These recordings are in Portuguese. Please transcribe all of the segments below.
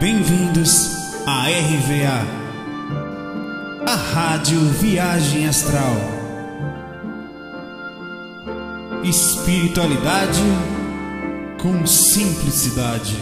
Bem-vindos à RVA, a Rádio Viagem Astral. Espiritualidade com simplicidade.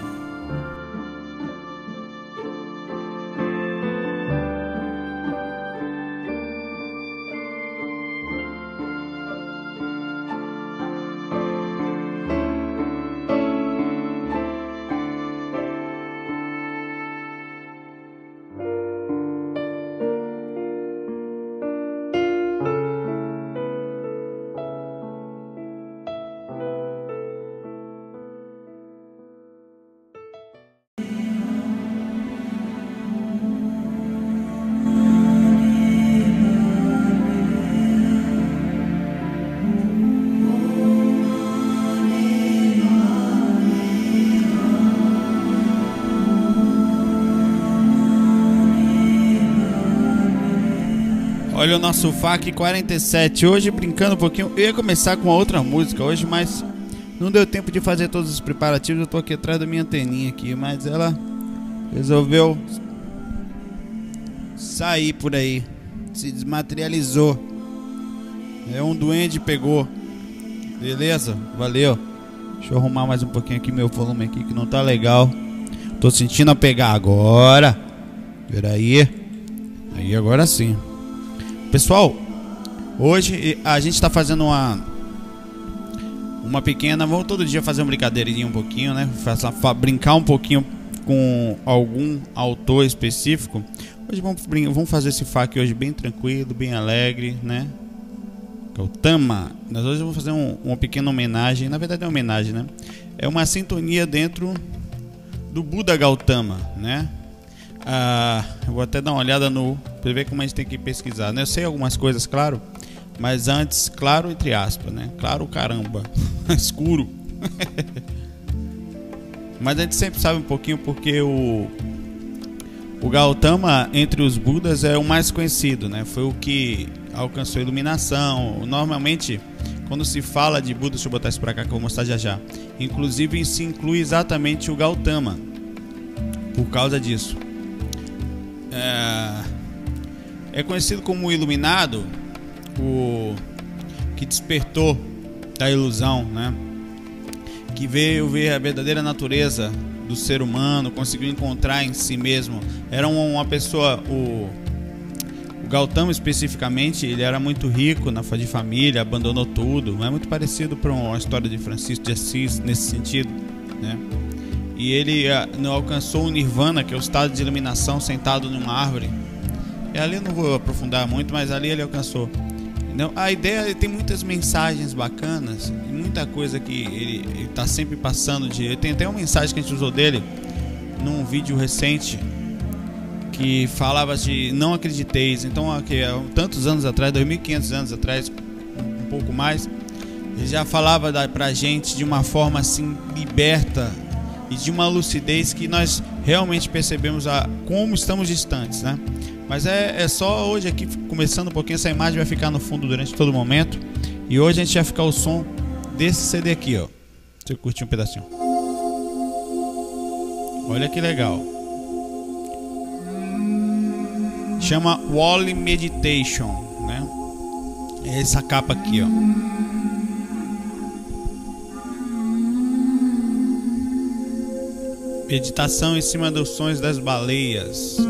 Olha o nosso FAQ 47, hoje brincando um pouquinho. Eu ia começar com uma outra música hoje, mas não deu tempo de fazer todos os preparativos. Eu tô aqui atrás da minha anteninha aqui, mas ela resolveu sair por aí, se desmaterializou. É um duende, pegou. Beleza? Valeu. Deixa eu arrumar mais um pouquinho aqui meu volume aqui, que não tá legal. Tô sentindo a pegar agora. Peraí. Aí agora sim. Pessoal, hoje a gente está fazendo uma pequena... Vamos todo dia fazer uma brincadeirinha um pouquinho, né? Brincar um pouquinho com algum autor específico. Hoje vamos fazer esse FAQ hoje bem tranquilo, bem alegre, né? Gautama. Nós hoje vamos fazer uma pequena homenagem. Na verdade é uma homenagem, né? É uma sintonia dentro do Buda Gautama, né? Eu vou até dar uma olhada para ver como a gente tem que pesquisar, né? Eu sei algumas coisas, claro, mas antes, claro, entre aspas, né? Claro, caramba, escuro. Mas a gente sempre sabe um pouquinho porque o Gautama entre os Budas é o mais conhecido, né? Foi o que alcançou a iluminação. Normalmente, quando se fala de Buda, deixa eu botar isso pra cá que eu vou mostrar já já. Inclusive se inclui exatamente o Gautama por causa disso. É conhecido como o iluminado, o que despertou da ilusão, né? Que veio ver a verdadeira natureza do ser humano, conseguiu encontrar em si mesmo. Era uma pessoa, o Gautama especificamente, ele era muito rico de família, abandonou tudo. É muito parecido com a história de Francisco de Assis nesse sentido, né? E ele não alcançou o Nirvana, que é o estado de iluminação, sentado numa árvore. E ali eu não vou aprofundar muito, mas ali ele alcançou. Então, a ideia, tem muitas mensagens bacanas, e muita coisa que ele está sempre passando de... Tem até uma mensagem que a gente usou dele num vídeo recente, que falava de não acrediteis. Então, aqui, há tantos anos atrás, 2.500 anos atrás, um pouco mais, ele já falava pra gente de uma forma assim, liberta, e de uma lucidez que nós realmente percebemos como estamos distantes, né? Mas é só hoje aqui, começando um pouquinho, essa imagem vai ficar no fundo durante todo o momento. E hoje a gente vai ficar o som desse CD aqui, ó. Deixa eu curtir um pedacinho. Olha que legal. Chama Wall Meditation, né? É essa capa aqui, ó. Meditação em cima dos sons das baleias.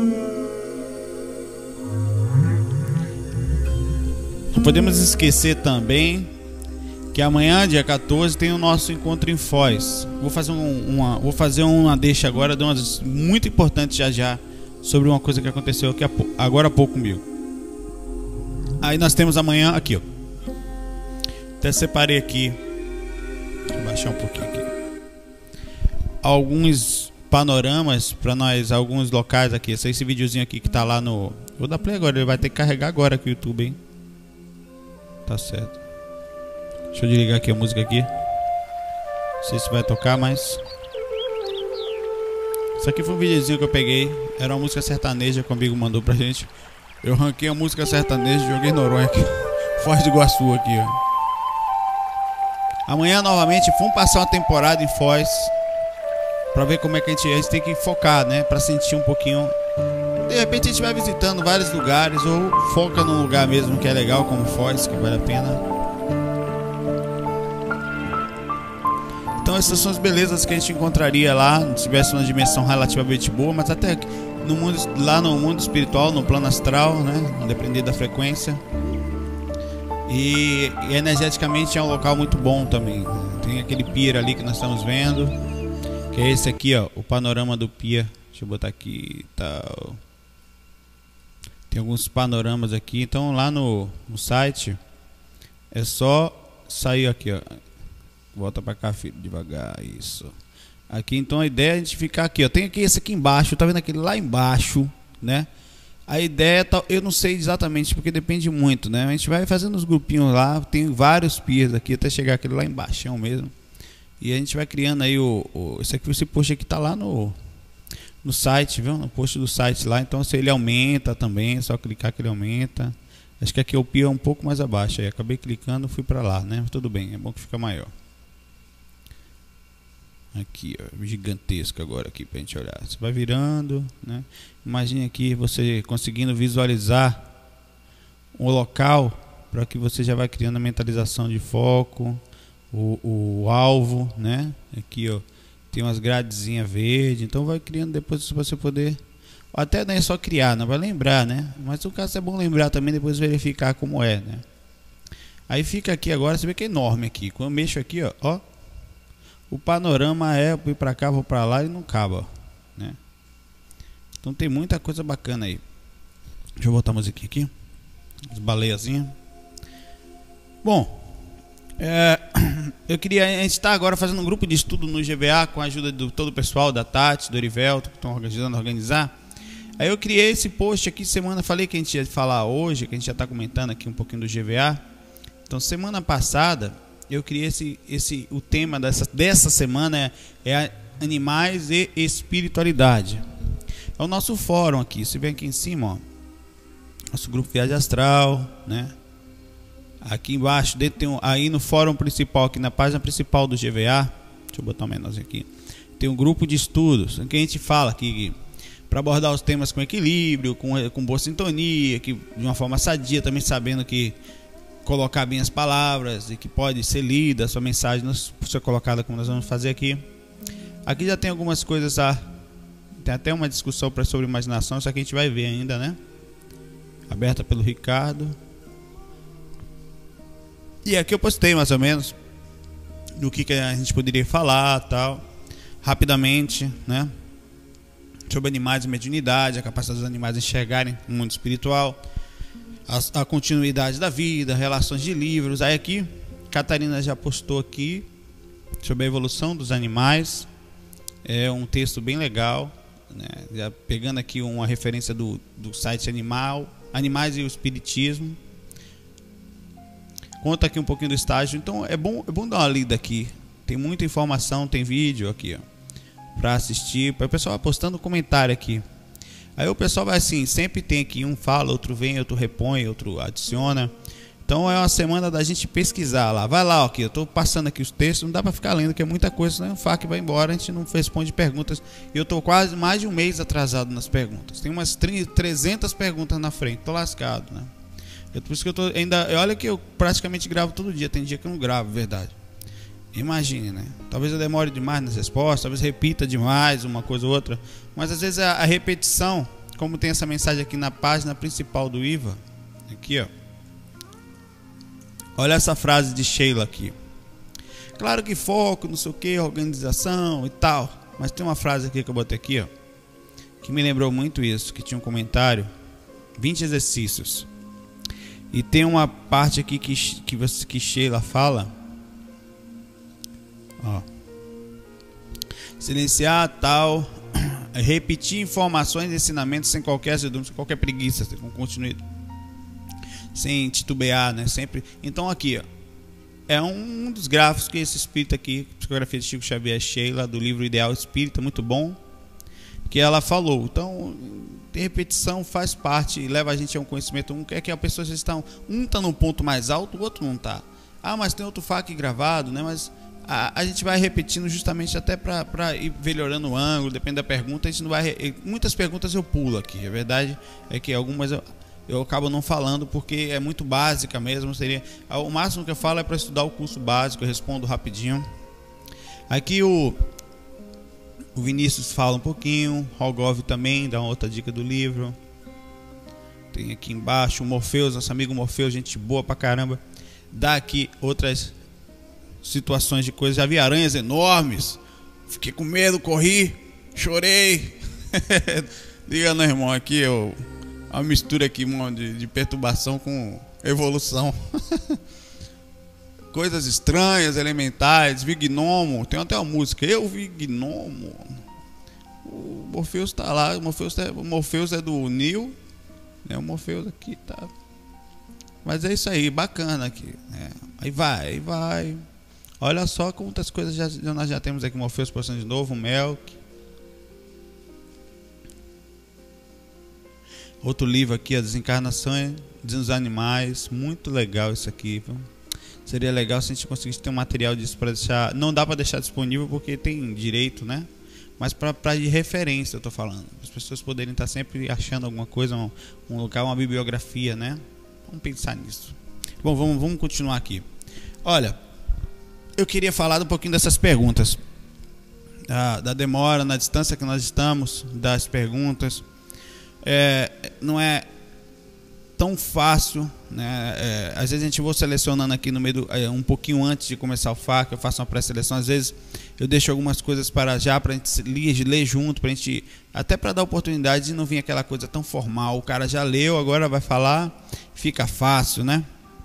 Não podemos esquecer também que amanhã, dia 14, tem o nosso encontro em Foz. Vou fazer uma deixa agora de umas muito importante já sobre uma coisa que aconteceu aqui agora há pouco comigo. Aí nós temos amanhã aqui, ó. Até separei aqui. Deixa eu baixar um pouquinho aqui. Alguns panoramas para nós, alguns locais aqui. Esse videozinho aqui que tá lá no... Vou dar play agora, ele vai ter que carregar agora aqui o YouTube, hein? Tá certo. Deixa eu desligar aqui a música aqui. Não sei se vai tocar, mas... Isso aqui foi um videozinho que eu peguei. Era uma música sertaneja que o amigo mandou pra gente. Eu ranquei a música sertaneja e joguei Noronha aqui. Foz do Iguaçu aqui, ó. Amanhã novamente vamos passar uma temporada em Foz. para ver como é que a gente tem que focar, né, para sentir um pouquinho. De repente a gente vai visitando vários lugares ou foca num lugar mesmo que é legal, como Foz, que vale a pena. Então essas são as belezas que a gente encontraria lá, se tivesse uma dimensão relativamente boa, mas até no mundo, lá no mundo espiritual, no plano astral, né, não depender da frequência. E energeticamente é um local muito bom também. Tem aquele pier ali que nós estamos vendo, que é esse aqui, ó, o panorama do pier. Deixa eu botar aqui, tal. Tem alguns panoramas aqui. Então lá no site é só sair aqui, ó. Volta pra cá, filho, devagar, isso. Aqui então a ideia é a gente ficar aqui, ó. Tem aqui esse aqui embaixo, tá vendo aquele lá embaixo, né? A ideia tá, eu não sei exatamente porque depende muito, né? A gente vai fazendo os grupinhos lá, tem vários piers aqui até chegar aquele lá embaixo mesmo. E a gente vai criando aí esse post aqui tá lá no site, viu? No post do site lá, então se ele aumenta também, é só clicar que ele aumenta. Acho que aqui o pier é um pouco mais abaixo, aí acabei clicando, fui para lá, né? Mas tudo bem, é bom que fica maior. Aqui, ó, gigantesco agora aqui pra gente olhar. Você vai virando, né? Imagine aqui você conseguindo visualizar um local para que você já vai criando a mentalização de foco, o alvo, né? Aqui, ó, tem umas gradezinhas verdes, então vai criando depois se você poder. Até não é só criar, não vai lembrar, né? Mas no caso é bom lembrar também, depois verificar como é, né? Aí fica aqui agora, você vê que é enorme aqui. Quando eu mexo aqui, ó, o panorama é eu ir pra cá, vou pra lá e não acaba, né? Então tem muita coisa bacana aí. Deixa eu botar a musiquinha aqui, as baleiazinhas. Bom, eu queria, a gente está agora fazendo um grupo de estudo no GVA com a ajuda do todo o pessoal da Tati, do Erivelto, que estão organizar. Aí eu criei esse post aqui semana, falei que a gente ia falar hoje, que a gente já está comentando aqui um pouquinho do GVA. Então semana passada eu criei o tema dessa semana é animais e espiritualidade. É o nosso fórum aqui, você vê aqui em cima, ó, nosso grupo Viagem Astral, né? Aqui embaixo, dentro tem aí no fórum principal, aqui na página principal do GVA, deixa eu botar um menorzinho aqui, tem um grupo de estudos, em que a gente fala aqui para abordar os temas com equilíbrio, com boa sintonia, que de uma forma sadia, também sabendo que colocar bem as palavras e que pode ser lida a sua mensagem, não ser colocada como nós vamos fazer aqui. Aqui já tem algumas coisas, tem até uma discussão sobre imaginação, isso aqui a gente vai ver ainda, né? Aberta pelo Ricardo. E aqui eu postei mais ou menos do que a gente poderia falar, tal, rapidamente, né? Sobre animais e mediunidade, a capacidade dos animais de enxergarem o mundo espiritual, a continuidade da vida, relações de livros. Aí aqui, Catarina já postou aqui sobre a evolução dos animais. É um texto bem legal, né? Já pegando aqui uma referência do site Animais e o Espiritismo. Conta aqui um pouquinho do estágio. Então é bom dar uma lida aqui. Tem muita informação, tem vídeo aqui, ó, para assistir. O pessoal vai postando comentário aqui. Aí o pessoal vai assim, sempre tem aqui, um fala, outro vem, outro repõe, outro adiciona. Então é uma semana da gente pesquisar lá. Vai lá, ó, aqui, eu tô passando aqui os textos, não dá para ficar lendo, que é muita coisa, né? O FAQ vai embora, a gente não responde perguntas. Eu tô quase mais de um mês atrasado nas perguntas. Tem umas 300 perguntas na frente, tô lascado, né? Por isso que eu tô ainda, olha que eu praticamente gravo todo dia, tem dia que eu não gravo, verdade. Imagine, né? Talvez eu demore demais nas respostas, talvez repita demais uma coisa ou outra, mas às vezes a repetição, como tem essa mensagem aqui na página principal do IVA, aqui, ó. Olha essa frase de Sheila aqui. Claro que foco, não sei o que, organização e tal, mas tem uma frase aqui que eu botei aqui, ó, que me lembrou muito isso, que tinha um comentário, 20 exercícios. E tem uma parte aqui que Sheila fala, ó, silenciar tal, repetir informações e ensinamentos sem qualquer dúvida, sem qualquer preguiça, com continuidade, sem titubear, né? Sempre. Então aqui, ó, é um dos gráficos que esse espírito aqui, psicografia de Chico Xavier Sheila, do livro Ideal Espírita, muito bom, que ela falou. Então, repetição faz parte e leva a gente a um conhecimento. É que a pessoa está, um está num ponto mais alto, o outro não está. Ah, mas tem outro FAQ gravado, né? Mas a gente vai repetindo justamente até para ir melhorando o ângulo, depende da pergunta. A gente não vai, muitas perguntas eu pulo aqui, a verdade é que algumas eu acabo não falando porque é muito básica mesmo. O máximo que eu falo é para estudar o curso básico, eu respondo rapidinho. Aqui o Vinícius fala um pouquinho, Rogov também dá uma outra dica do livro. Tem aqui embaixo o Morpheus, nosso amigo Morpheus, gente boa pra caramba, dá aqui outras situações de coisas. Já vi aranhas enormes, fiquei com medo, corri, chorei. Diga não, irmão, aqui uma mistura aqui de perturbação com evolução. Coisas estranhas, elementares, vi gnomo, tem até uma música, eu vi gnomo. O Morpheus tá lá, o Morpheus é do Neo, né? O Morpheus aqui tá. Mas é isso aí, bacana aqui, né? Aí vai. Olha só quantas coisas nós já temos aqui. Morpheus postando de novo, Melk. Outro livro aqui, a Desencarnação dos Animais, muito legal isso aqui, viu? Seria legal se a gente conseguisse ter um material disso para deixar. Não dá para deixar disponível porque tem direito, né? Mas para de referência eu tô falando. As pessoas poderem estar sempre achando alguma coisa, um lugar, uma bibliografia, né? Vamos pensar nisso. Bom, vamos continuar aqui. Olha, eu queria falar um pouquinho dessas perguntas. Da demora, na distância que nós estamos, das perguntas. Não é tão fácil, né? Às vezes a gente vai selecionando aqui no meio um pouquinho antes de começar o FAQ, eu faço uma pré-seleção. Às vezes eu deixo algumas coisas para a gente ler junto, pra gente, até para dar oportunidade de não vir aquela coisa tão formal. O cara já leu, agora vai falar, fica fácil, né?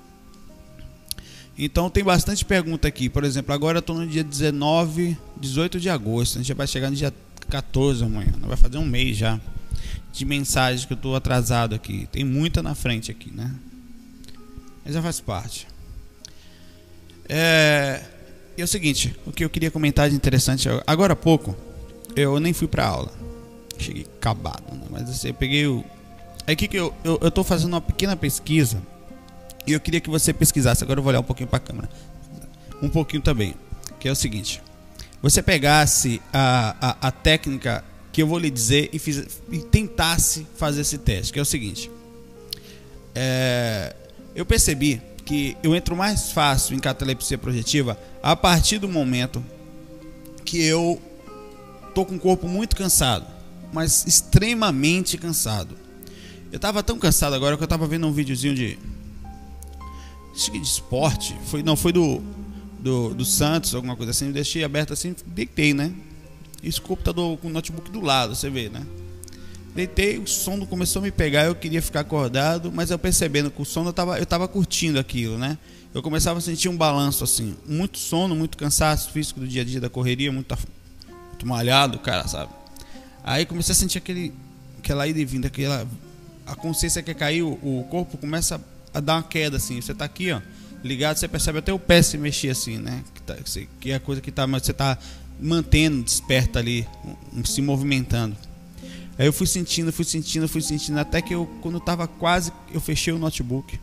Então tem bastante pergunta aqui. Por exemplo, agora eu estou no dia 18 de agosto, a gente já vai chegar no dia 14 amanhã, vai fazer um mês já de mensagens que eu estou atrasado aqui. Tem muita na frente aqui, né? Mas já faz parte. É o seguinte, o que eu queria comentar de interessante, agora há pouco eu nem fui para aula, cheguei acabado, né? Mas assim, eu peguei aqui que eu estou fazendo uma pequena pesquisa e eu queria que você pesquisasse. Agora eu vou olhar um pouquinho para a câmera, um pouquinho também, que é o seguinte: você pegasse a técnica que eu vou lhe dizer e tentasse fazer esse teste, que é o seguinte. Eu percebi que eu entro mais fácil em catalepsia projetiva a partir do momento que eu tô com o corpo muito cansado, mas extremamente cansado. Eu tava tão cansado agora que eu tava vendo um videozinho de esporte, foi do Santos, alguma coisa assim. Eu deixei aberto assim, deitei, né? Esse computador com o notebook do lado, você vê, né? Deitei, o sono começou a me pegar, eu queria ficar acordado, mas eu percebendo que o sono eu tava curtindo aquilo, né? Eu começava a sentir um balanço assim, muito sono, muito cansaço físico do dia a dia, da correria, muito malhado, cara, sabe? Aí comecei a sentir aquela ida e vinda, a consciência quer cair, o corpo começa a dar uma queda assim. Você tá aqui, ó, ligado, você percebe até o pé se mexer assim, né? Que é a coisa que você tá mantendo desperta ali, se movimentando. Aí eu fui sentindo, até que quando tava quase, eu fechei o notebook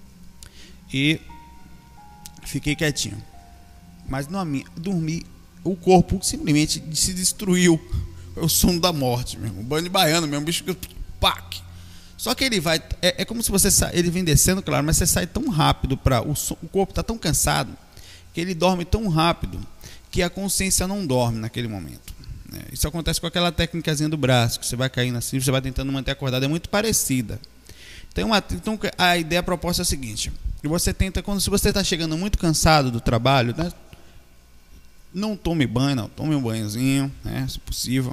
e fiquei quietinho. Mas dormi, o corpo simplesmente se destruiu. Foi o sono da morte mesmo, banho de baiano mesmo, bicho que pac. Só que ele vai, é como se ele vem descendo, claro, mas você sai tão rápido o corpo tá tão cansado que ele dorme tão rápido que a consciência não dorme naquele momento. Isso acontece com aquela técnicazinha do braço, que você vai caindo assim, você vai tentando manter acordado, é muito parecida. Então a ideia proposta é a seguinte: você tenta, se você está chegando muito cansado do trabalho, né, não tome banho, não, tome um banhozinho, né, se possível.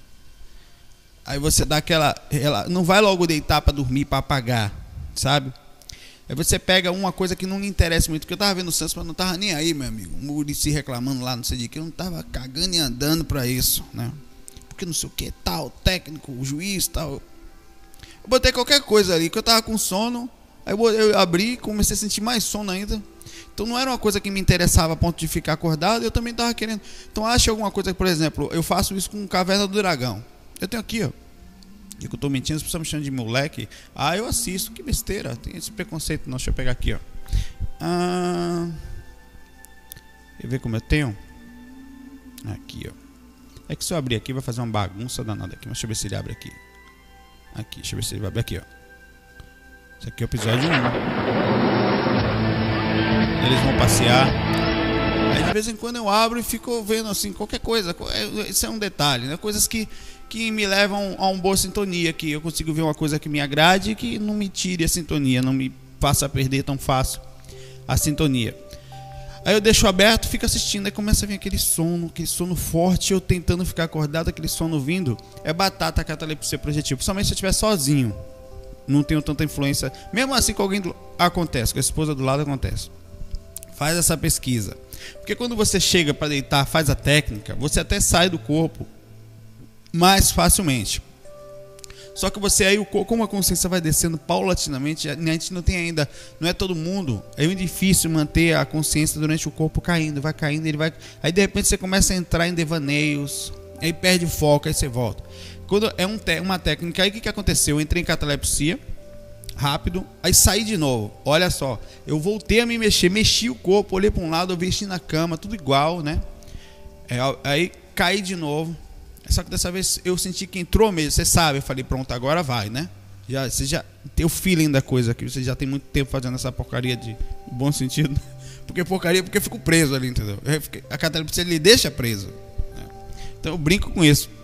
Aí você dá não vai logo deitar para dormir, para apagar, sabe? Aí você pega uma coisa que não lhe interessa muito, porque eu tava vendo o Santos, mas não tava nem aí, meu amigo. O Muricy reclamando lá, não sei de que, eu não tava cagando e andando para isso, né? Porque não sei o que, tal, técnico, o juiz, tal. Eu botei qualquer coisa ali, que eu tava com sono, aí eu abri e comecei a sentir mais sono ainda. Então não era uma coisa que me interessava a ponto de ficar acordado, eu também tava querendo. Então acha alguma coisa, por exemplo, eu faço isso com Caverna do Dragão. Eu tenho aqui, ó. E que eu tô mentindo, as pessoas me chamam de moleque. Eu assisto, que besteira. Tem esse preconceito, não. Deixa eu pegar aqui, ó. Quer ver como eu tenho? Aqui, ó. É que se eu abrir aqui vai fazer uma bagunça danada aqui. Mas deixa eu ver se ele abre aqui. Aqui, deixa eu ver se ele vai abrir aqui, ó. Esse aqui é o episódio 1. Eles vão passear. Aí de vez em quando eu abro e fico vendo assim, qualquer coisa. Isso é um detalhe, né? Coisas que me levam a uma boa sintonia. Que eu consigo ver uma coisa que me agrade e que não me tire a sintonia, não me faça perder tão fácil a sintonia. Aí eu deixo aberto, fico assistindo, aí começa a vir aquele sono forte, eu tentando ficar acordado, aquele sono vindo. É batata a catalepsia projetiva, principalmente se eu estiver sozinho. Não tenho tanta influência. Mesmo assim com alguém acontece, com a esposa do lado acontece. Faz essa pesquisa. Porque quando você chega para deitar, faz a técnica, você até sai do corpo mais facilmente. Só que você aí, como a consciência vai descendo paulatinamente, a gente não tem ainda, não é todo mundo, é muito difícil manter a consciência durante o corpo caindo, vai caindo, ele vai, aí de repente você começa a entrar em devaneios, aí perde o foco, aí você volta. Quando é uma técnica, aí o que aconteceu? Eu entrei em catalepsia, rápido, aí saí de novo, olha só, eu voltei a me mexer, mexi o corpo, olhei para um lado, eu mexi na cama, tudo igual, né? Aí caí de novo. Só que dessa vez eu senti que entrou mesmo, você sabe, eu falei, pronto, agora vai, né? Você já tem o feeling da coisa aqui, você já tem muito tempo fazendo essa porcaria de bom sentido. Porque porcaria, porque eu fico preso ali, entendeu? A catalepsia ele deixa preso, né? Então eu brinco com isso.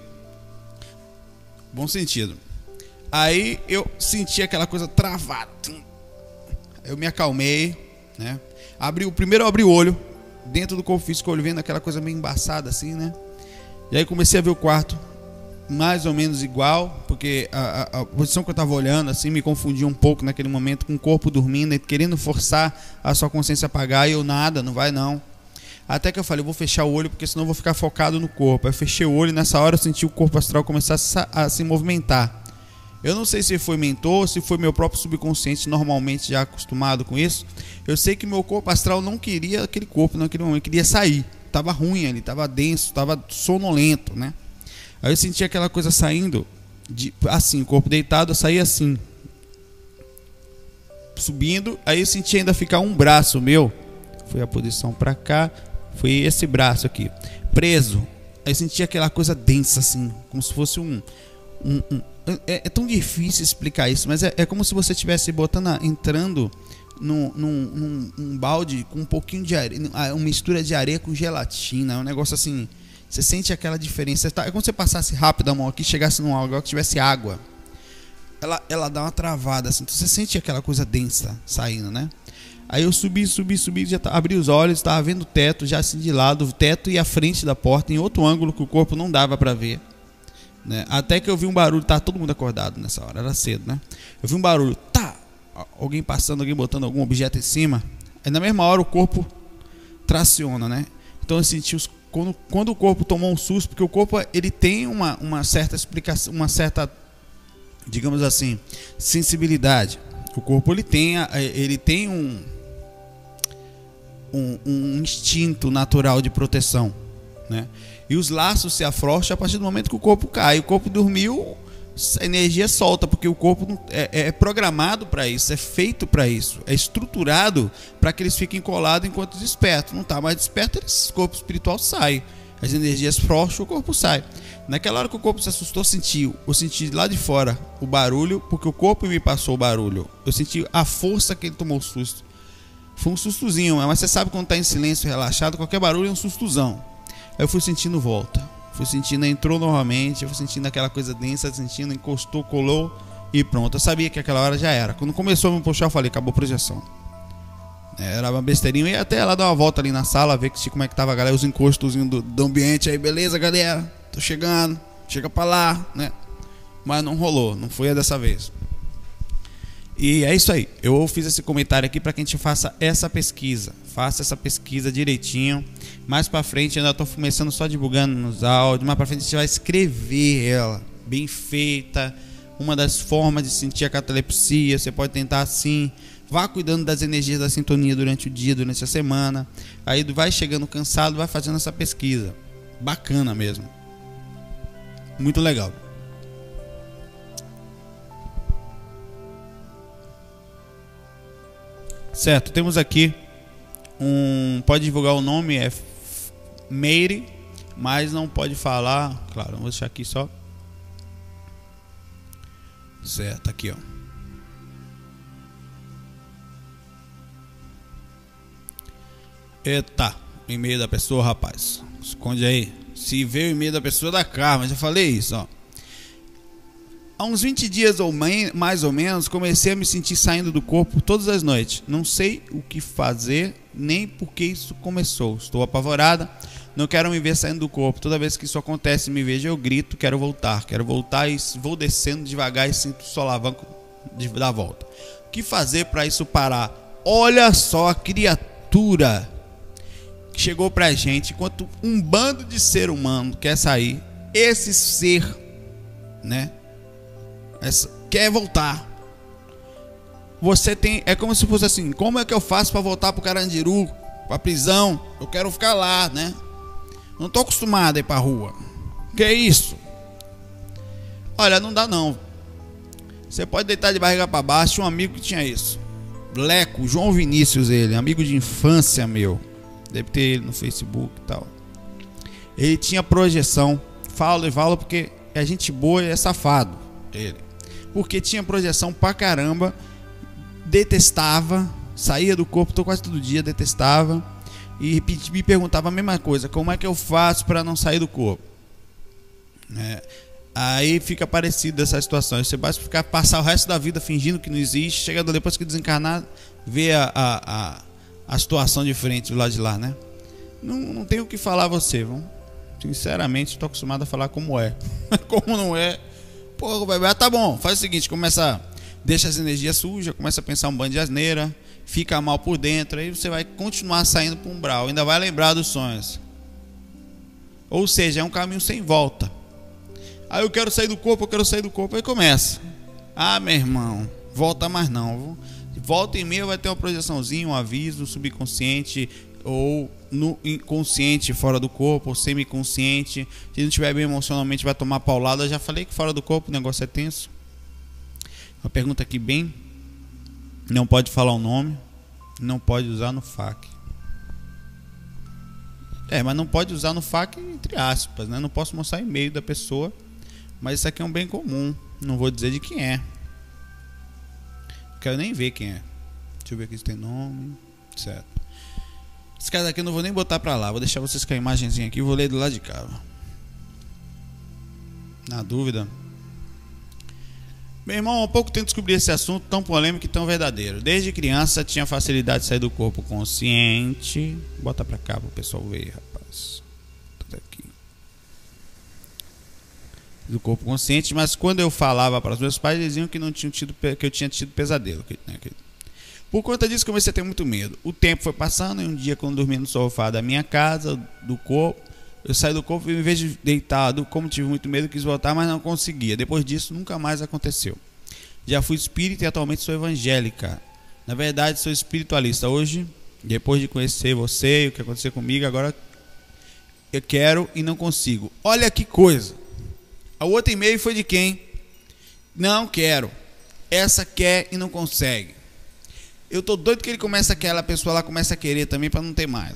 Bom sentido. Aí eu senti aquela coisa travada. Eu me acalmei, né? Primeiro eu abri o olho, dentro do corpo físico, olho vendo aquela coisa meio embaçada assim, né? E aí comecei a ver o quarto mais ou menos igual, porque a posição que eu estava olhando assim me confundia um pouco naquele momento, com o corpo dormindo e querendo forçar a sua consciência a apagar, e eu nada, não vai não. Até que eu falei, eu vou fechar o olho porque senão eu vou ficar focado no corpo. Aí eu fechei o olho e nessa hora eu senti o corpo astral começar a se movimentar. Eu não sei se foi mentor, se foi meu próprio subconsciente, normalmente já acostumado com isso. Eu sei que meu corpo astral não queria aquele corpo naquele momento, queria sair. Tava ruim ali, tava denso, tava sonolento, né? Aí eu senti aquela coisa saindo, assim, o corpo deitado, eu saí assim, subindo. Aí eu senti ainda ficar um braço meu, foi a posição pra cá, foi esse braço aqui, preso. Aí eu senti aquela coisa densa assim, como se fosse é tão difícil explicar isso, mas é como se você estivesse entrando num balde com um pouquinho de areia, uma mistura de areia com gelatina, um negócio assim, você sente aquela diferença. É como se você passasse rápido a mão aqui, chegasse num algo que tivesse água, ela dá uma travada assim, então você sente aquela coisa densa saindo, né? Aí eu subi, já abri os olhos, estava vendo o teto, já assim de lado, o teto e a frente da porta, em outro ângulo que o corpo não dava para ver, né? Até que eu vi um barulho, tá todo mundo acordado nessa hora, era cedo, né? Eu vi um barulho, alguém passando, alguém botando algum objeto em cima. Aí na mesma hora o corpo traciona, né? Então eu senti quando o corpo tomou um susto, porque o corpo ele tem uma certa explicação, uma certa, digamos assim, sensibilidade. O corpo ele tem um instinto natural de proteção, né? E os laços se afrouxam a partir do momento que o corpo cai. O corpo dormiu, a energia solta, porque o corpo é programado para isso, é feito para isso, é estruturado para que eles fiquem colados enquanto despertam. Não está mais desperto, o corpo espiritual sai, as energias frouxam, o corpo sai. Naquela hora que o corpo se assustou, eu senti lá de fora o barulho, porque o corpo me passou o barulho. Eu senti a força que ele tomou o susto. Foi um sustozinho, mas você sabe quando está em silêncio, relaxado, qualquer barulho é um sustozão. Aí eu fui sentindo volta. Fui sentindo, entrou novamente, eu fui sentindo aquela coisa densa, sentindo, encostou, colou e pronto. Eu sabia que aquela hora já era. Quando começou a me puxar, eu falei, acabou a projeção. Era uma besteirinha. Eu ia até lá dar uma volta ali na sala, ver como é que tava a galera, os encostozinhos do ambiente aí. Beleza, galera? Tô chegando. Chega pra lá, né? Mas não rolou, não foi dessa vez. E é isso aí. Eu fiz esse comentário aqui para que a gente faça essa pesquisa. Faça essa pesquisa direitinho. Mais para frente, eu ainda estou começando só divulgando nos áudios. Mais para frente a gente vai escrever ela bem feita. Uma das formas de sentir a catalepsia. Você pode tentar assim. Vá cuidando das energias da sintonia durante o dia, durante a semana. Aí vai chegando cansado, vai fazendo essa pesquisa. Bacana mesmo. Muito legal. Certo, temos aqui pode divulgar o nome, Meire, mas não pode falar. Claro, vou deixar aqui só. Certo, aqui ó. Eita, e-mail da pessoa, rapaz. Esconde aí. Se vê o e-mail da pessoa, da Karma. Já falei isso, ó. Há uns 20 dias ou mais ou menos, comecei a me sentir saindo do corpo todas as noites. Não sei o que fazer, nem por que isso começou. Estou apavorada, não quero me ver saindo do corpo. Toda vez que isso acontece, me vejo, eu grito, quero voltar e vou descendo devagar e sinto o solavanco da volta. O que fazer para isso parar? Olha só a criatura que chegou pra gente, enquanto um bando de ser humano quer sair, esse ser, né? Quer voltar. Você tem, é como se fosse assim: como é que eu faço para voltar pro Carandiru, pra prisão? Eu quero ficar lá, né? Não tô acostumado a ir pra rua. Que é isso? Olha, não dá não. Você pode deitar de barriga para baixo. Tinha um amigo que tinha isso, Leco, João Vinícius, ele, amigo de infância meu. Deve ter ele no Facebook e tal. Ele tinha projeção. Falo porque é gente boa e é safado ele. Porque tinha projeção pra caramba. Detestava. Saía do corpo quase todo dia, detestava. E me perguntava a mesma coisa: como é que eu faço para não sair do corpo? Aí fica parecido essa situação. Você vai passar o resto da vida fingindo que não existe. Chega depois que desencarnar, vê a situação de frente do lado de lá, né? Não tem o que falar a você, vamos? Sinceramente, estou acostumado a falar como é. Como não é, pô, tá bom, faz o seguinte: deixa as energias sujas, começa a pensar um bando de asneira, fica mal por dentro, aí você vai continuar saindo para o umbral, ainda vai lembrar dos sonhos. Ou seja, é um caminho sem volta. Aí eu quero sair do corpo, aí começa. Ah, meu irmão, volta mais não. Volta e meia vai ter uma projeçãozinha, um aviso subconsciente ou no inconsciente, fora do corpo, ou semiconsciente. Se não estiver bem emocionalmente, vai tomar paulada. Eu já falei que fora do corpo o negócio é tenso. Uma pergunta aqui bem: não pode falar o nome, não pode usar no FAQ. Mas não pode usar no FAQ entre aspas, né? Não posso mostrar e-mail da pessoa, mas isso aqui é um bem comum. Não vou dizer de quem é. Não quero nem ver quem é. Deixa eu ver aqui se tem nome. Certo. Esse cara daqui eu não vou nem botar pra lá. Vou deixar vocês com a imagenzinha aqui e vou ler do lado de cá. Na dúvida. Meu irmão, há pouco tempo descobri esse assunto tão polêmico e tão verdadeiro. Desde criança tinha facilidade de sair do corpo consciente. Bota pra cá pro pessoal ver, rapaz. Tudo aqui. Do corpo consciente, mas quando eu falava para os meus pais, eles diziam que eu tinha tido pesadelo. Por conta disso, comecei a ter muito medo. O tempo foi passando e um dia, quando dormia no sofá da minha casa, do corpo, eu saí do corpo e, em vez de deitado, como tive muito medo, quis voltar, mas não conseguia. Depois disso, nunca mais aconteceu. Já fui espírita e atualmente sou evangélica. Na verdade, sou espiritualista. Hoje, depois de conhecer você e o que aconteceu comigo, agora eu quero e não consigo. Olha que coisa. O outro e-mail foi de quem? Não quero. Essa quer e não consegue. Eu tô doido que ele comece aquela pessoa lá começa a querer também para não ter mais.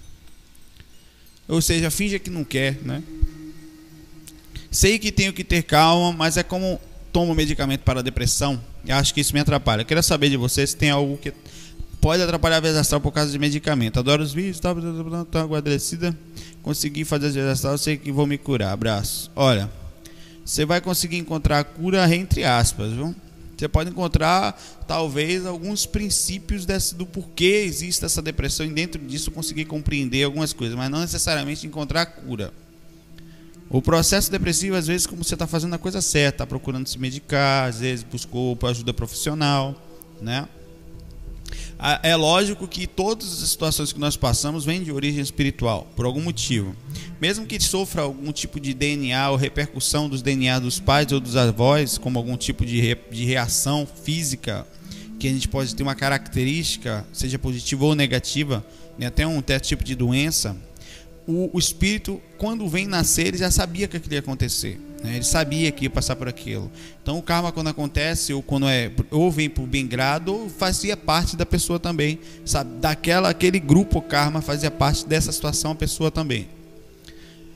Ou seja, finge que não quer, né? Sei que tenho que ter calma, mas é como tomo medicamento para a depressão. Eu acho que isso me atrapalha. Eu queria saber de você se tem algo que pode atrapalhar a vida astral por causa de medicamento. Adoro os vídeos, tô agradecida. Consegui fazer as vidas astral, sei que vou me curar. Abraço. Olha, você vai conseguir encontrar a cura entre aspas, viu? Você pode encontrar talvez alguns princípios do porquê existe essa depressão, e dentro disso conseguir compreender algumas coisas, mas não necessariamente encontrar a cura. O processo depressivo, às vezes, como você está fazendo a coisa certa, está procurando se medicar, às vezes buscou ajuda profissional, né? É lógico que todas as situações que nós passamos vêm de origem espiritual, por algum motivo. Mesmo que sofra algum tipo de DNA ou repercussão dos DNA dos pais ou dos avós, como algum tipo de reação física, que a gente pode ter uma característica, seja positiva ou negativa, né, até um tipo de doença, o espírito, quando vem nascer, ele já sabia que aquilo ia acontecer, né? Ele sabia que ia passar por aquilo. Então o karma, quando acontece, ou vem por bem grado, ou fazia parte da pessoa também, sabe? Aquele grupo, o karma fazia parte dessa situação, a pessoa também.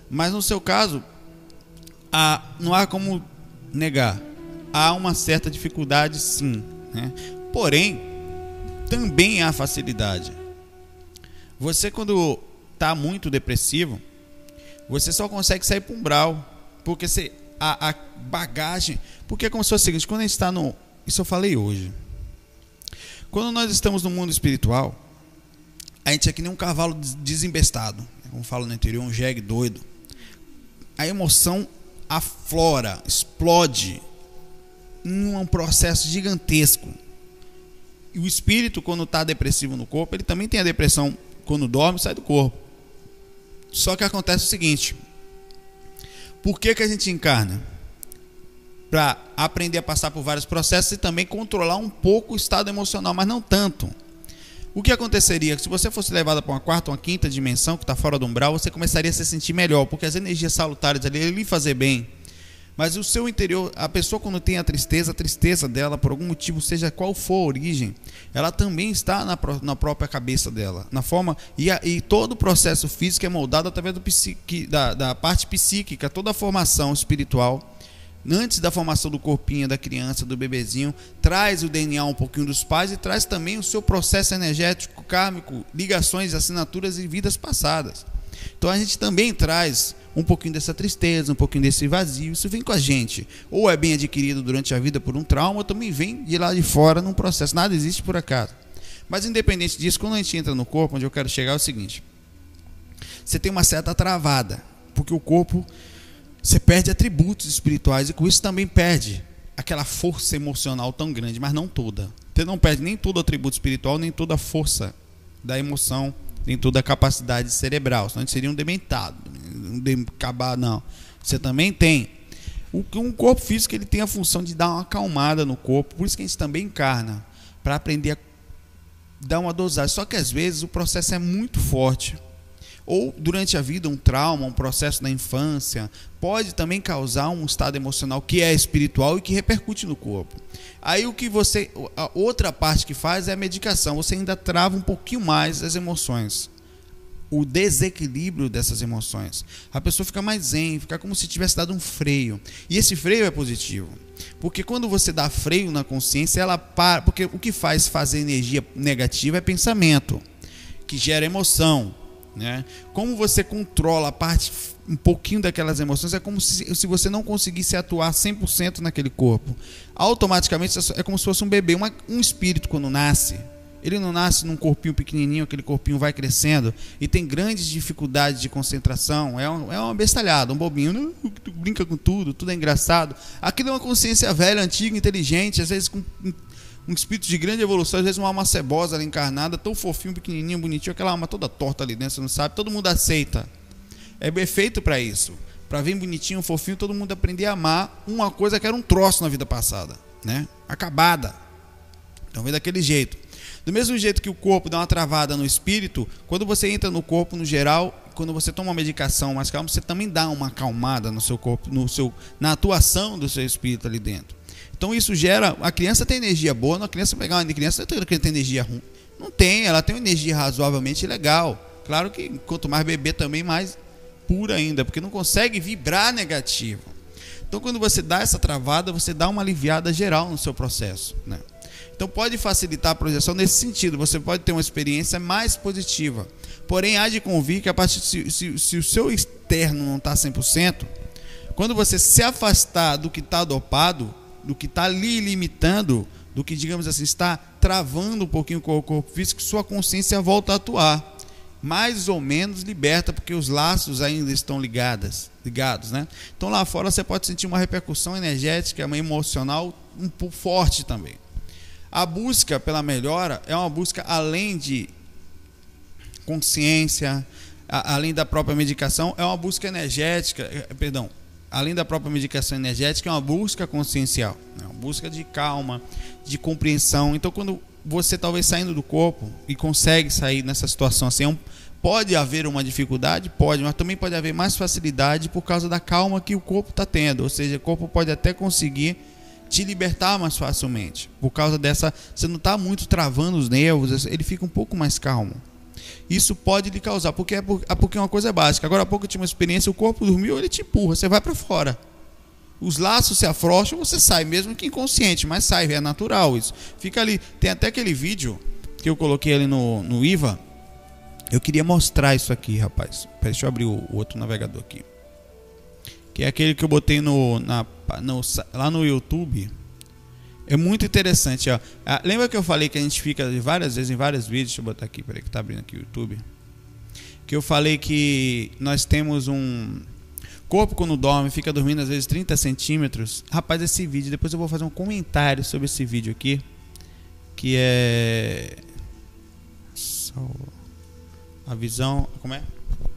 Mas no seu caso, não há como negar. Há uma certa dificuldade, sim, né? Porém, também há facilidade. Você, quando está muito depressivo, você só consegue sair para um umbral, porque a bagagem... Porque é como se fosse o seguinte, quando a gente está no... Isso eu falei hoje. Quando nós estamos no mundo espiritual, a gente é que nem um cavalo desembestado, como fala no interior, um jegue doido. A emoção aflora, explode em um processo gigantesco. E o espírito, quando está depressivo no corpo, ele também tem a depressão quando dorme, sai do corpo. Só que acontece o seguinte: por que a gente encarna? Para aprender a passar por vários processos e também controlar um pouco o estado emocional, mas não tanto. O que aconteceria? Se você fosse levado para uma quarta ou uma quinta dimensão, que está fora do umbral, você começaria a se sentir melhor, porque as energias salutares ali lhe fazer bem. Mas o seu interior, a pessoa quando tem a tristeza dela, por algum motivo, seja qual for a origem, ela também está na própria cabeça dela, na forma, e todo o processo físico é moldado através da parte psíquica, toda a formação espiritual. Antes da formação do corpinho da criança, do bebezinho, traz o DNA um pouquinho dos pais e traz também o seu processo energético, kármico, ligações, assinaturas e vidas passadas. Então a gente também traz um pouquinho dessa tristeza, um pouquinho desse vazio. Isso vem com a gente. Ou é bem adquirido durante a vida por um trauma, ou também vem de lá de fora num processo. Nada existe por acaso. Mas independente disso, quando a gente entra no corpo, onde eu quero chegar é o seguinte: você tem uma certa travada, porque o corpo... Você perde atributos espirituais e com isso também perde aquela força emocional tão grande, mas não toda. Você não perde nem todo o atributo espiritual, nem toda a força da emoção, nem toda a capacidade cerebral. Senão a gente seria um dementado, não. Você também tem. Um corpo físico, ele tem a função de dar uma acalmada no corpo, por isso que a gente também encarna, para aprender a dar uma dosagem. Só que às vezes o processo é muito forte. Ou durante a vida um trauma, um processo da infância, pode também causar um estado emocional que é espiritual e que repercute no corpo. Aí a outra parte que faz é a medicação. Você ainda trava um pouquinho mais as emoções, o desequilíbrio dessas emoções. A pessoa fica mais zen, fica como se tivesse dado um freio. E esse freio é positivo, porque quando você dá freio na consciência, ela para. Porque o que faz fazer energia negativa é pensamento, que gera emoção. Né? Como você controla a parte, um pouquinho daquelas emoções, é como se você não conseguisse atuar 100% naquele corpo. Automaticamente é como se fosse um bebê, um espírito quando nasce. Ele não nasce num corpinho pequenininho, aquele corpinho vai crescendo e tem grandes dificuldades de concentração. É uma bestalhada, um bobinho, brinca com tudo é engraçado. Aquilo é uma consciência velha, antiga, inteligente, às vezes com um espírito de grande evolução, às vezes uma alma cebosa ali encarnada, tão fofinho, pequenininho, bonitinho, aquela alma toda torta ali dentro, você não sabe, todo mundo aceita. É bem feito para isso, para vir bonitinho, fofinho, todo mundo aprender a amar uma coisa que era um troço na vida passada, né? Acabada. Então vem daquele jeito. Do mesmo jeito que o corpo dá uma travada no espírito, quando você entra no corpo, no geral, quando você toma uma medicação mais calma, você também dá uma acalmada no seu corpo, na atuação do seu espírito ali dentro. Então isso gera... A criança tem energia boa, a criança pegar uma criança não tem energia ruim. Não tem, ela tem uma energia razoavelmente legal. Claro que quanto mais beber também, mais pura ainda, porque não consegue vibrar negativo. Então quando você dá essa travada, você dá uma aliviada geral no seu processo, né? Então pode facilitar a projeção nesse sentido, você pode ter uma experiência mais positiva. Porém, há de convir que a partir se o seu externo não está 100%, quando você se afastar do que está dopado, do que está lhe limitando, do que, digamos assim, está travando um pouquinho com o corpo físico, sua consciência volta a atuar, mais ou menos liberta, porque os laços ainda estão ligados, né? Então lá fora você pode sentir uma repercussão energética, uma emocional um pouco forte também. A busca pela melhora é uma busca além de consciência, além da própria medicação, é uma busca energética, além da própria medicação energética, é uma busca consciencial, é uma busca de calma, de compreensão. Então quando você talvez saindo do corpo e consegue sair nessa situação assim, pode haver uma dificuldade, pode, mas também pode haver mais facilidade por causa da calma que o corpo está tendo, ou seja, o corpo pode até conseguir te libertar mais facilmente, por causa dessa, você não está muito travando os nervos, ele fica um pouco mais calmo. isso pode lhe causar, porque porque uma coisa é básica. Agora há pouco eu tinha uma experiência, o corpo dormiu, ele te empurra, você vai para fora. Os laços se afrouxam, você sai, mesmo que inconsciente, mas sai, é natural isso. Fica ali, tem até aquele vídeo que eu coloquei ali no IVA. Eu queria mostrar isso aqui, rapaz. Deixa eu abrir o outro navegador aqui. Que é aquele que eu botei lá no YouTube. É muito interessante, ó. Lembra que eu falei que a gente fica várias vezes em vários vídeos? Deixa eu botar aqui, peraí que tá abrindo aqui o YouTube. Que eu falei que nós temos um corpo quando dorme, fica dormindo às vezes 30 centímetros. Rapaz, esse vídeo, depois eu vou fazer um comentário sobre esse vídeo aqui. Que é... a visão... Como é?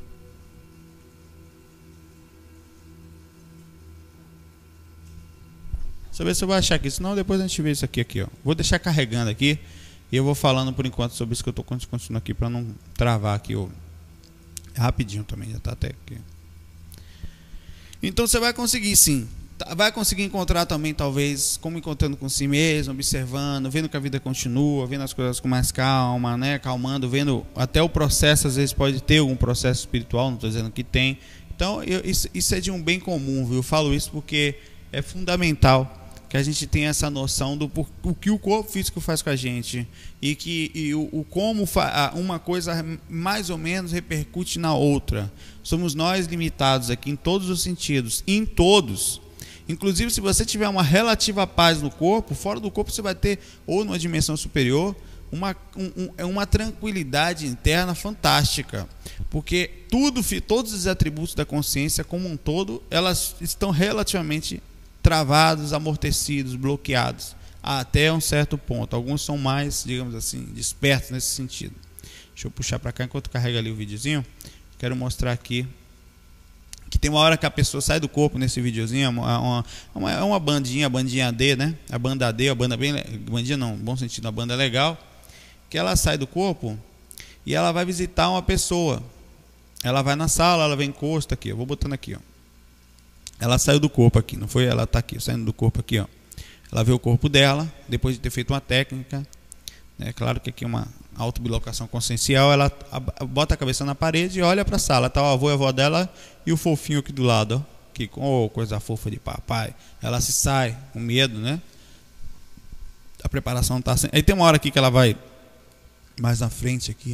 Deixa eu ver se eu vou achar aqui, senão depois a gente vê isso aqui, ó. Vou deixar carregando aqui e eu vou falando por enquanto sobre isso que eu tô continuando aqui para não travar aqui, ó. Rapidinho também, já tá até aqui. Então você vai conseguir sim. Vai conseguir encontrar também, talvez, como encontrando com si mesmo, observando, vendo que a vida continua, vendo as coisas com mais calma, né? Calmando, vendo até o processo, às vezes pode ter algum processo espiritual, não estou dizendo que tem. Então, isso é de um bem comum, viu? Eu falo isso porque é fundamental que a gente tenha essa noção do o que o corpo físico faz com a gente e como uma coisa mais ou menos repercute na outra. Somos nós limitados aqui em todos os sentidos, em todos. Inclusive, se você tiver uma relativa paz no corpo, fora do corpo você vai ter, ou numa dimensão superior, uma tranquilidade interna fantástica. Porque todos os atributos da consciência como um todo, elas estão relativamente travados, amortecidos, bloqueados, até um certo ponto. Alguns são mais, digamos assim, despertos nesse sentido. Deixa eu puxar para cá enquanto carrega ali o videozinho. Quero mostrar aqui que tem uma hora que a pessoa sai do corpo nesse videozinho, uma bandinha, a bandinha D, né? A banda D, a banda bem, bandinha não, no bom sentido, a banda legal, que ela sai do corpo e ela vai visitar uma pessoa. Ela vai na sala, ela vem encosta aqui, eu vou botando aqui, ó. Ela saiu do corpo aqui, não foi? Ela está aqui, saindo do corpo aqui, ó. Ela vê o corpo dela, depois de ter feito uma técnica. É claro que aqui é uma autobilocação consciencial. Ela bota a cabeça na parede e olha para a sala. Tá o avô e a avó dela e o fofinho aqui do lado, ó. Que coisa fofa de papai. Ela se sai com medo, né? A preparação está assim. Aí tem uma hora aqui que ela vai mais na frente aqui.